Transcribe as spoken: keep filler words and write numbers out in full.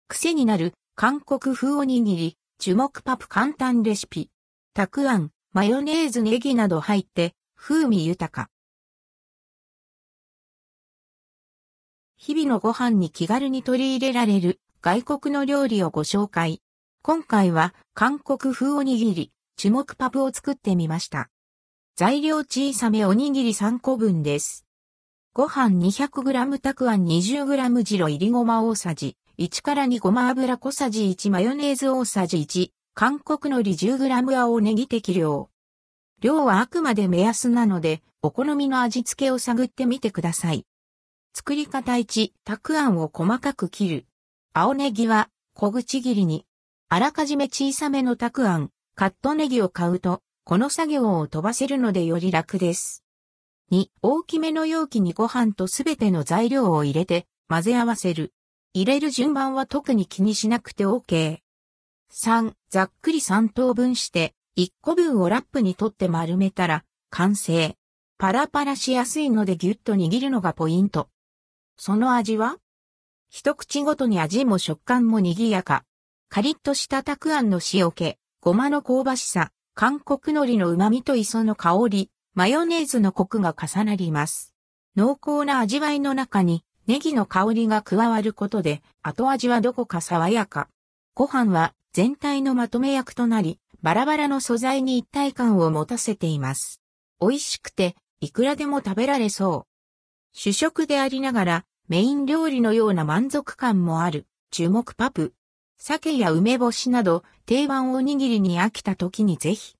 癖になる韓国風おにぎり、チュモクパプ簡単レシピ。たくあん、マヨネーズネギなど入って風味豊か。日々のご飯に気軽に取り入れられる外国の料理をご紹介。今回は韓国風おにぎり、チュモクパプを作ってみました。材料小さめおにぎりさんこぶんです。ご飯 にひゃくグラム たくあん にじゅうグラム 白いりごま大さじいちからにごま油小さじいちマヨネーズ大さじいち韓国海苔 じゅうグラム 青ネギ適量。量はあくまで目安なのでお好みの味付けを探ってみてください。作り方いち、たくあんを細かく切る。青ネギは小口切りに。あらかじめ小さめのたくあん、カットネギを買うとこの作業を飛ばせるのでより楽です。に、大きめの容器にご飯とすべての材料を入れて混ぜ合わせる。入れる順番は特に気にしなくて OK。さん、ざっくりさん等分していっこぶんをラップに取って丸めたら完成。パラパラしやすいのでギュッと握るのがポイント。その味は？一口ごとに味も食感も賑やか。カリッとしたたくあんの塩気、ごまの香ばしさ、韓国海苔の旨味と磯の香り、マヨネーズのコクが重なります。濃厚な味わいの中にネギの香りが加わることで後味はどこか爽やか。ご飯は全体のまとめ役となり、バラバラの素材に一体感を持たせています。美味しくていくらでも食べられそう。主食でありながらメイン料理のような満足感もあるチュモクパプ。鮭や梅干しなど定番おにぎりに飽きた時にぜひ。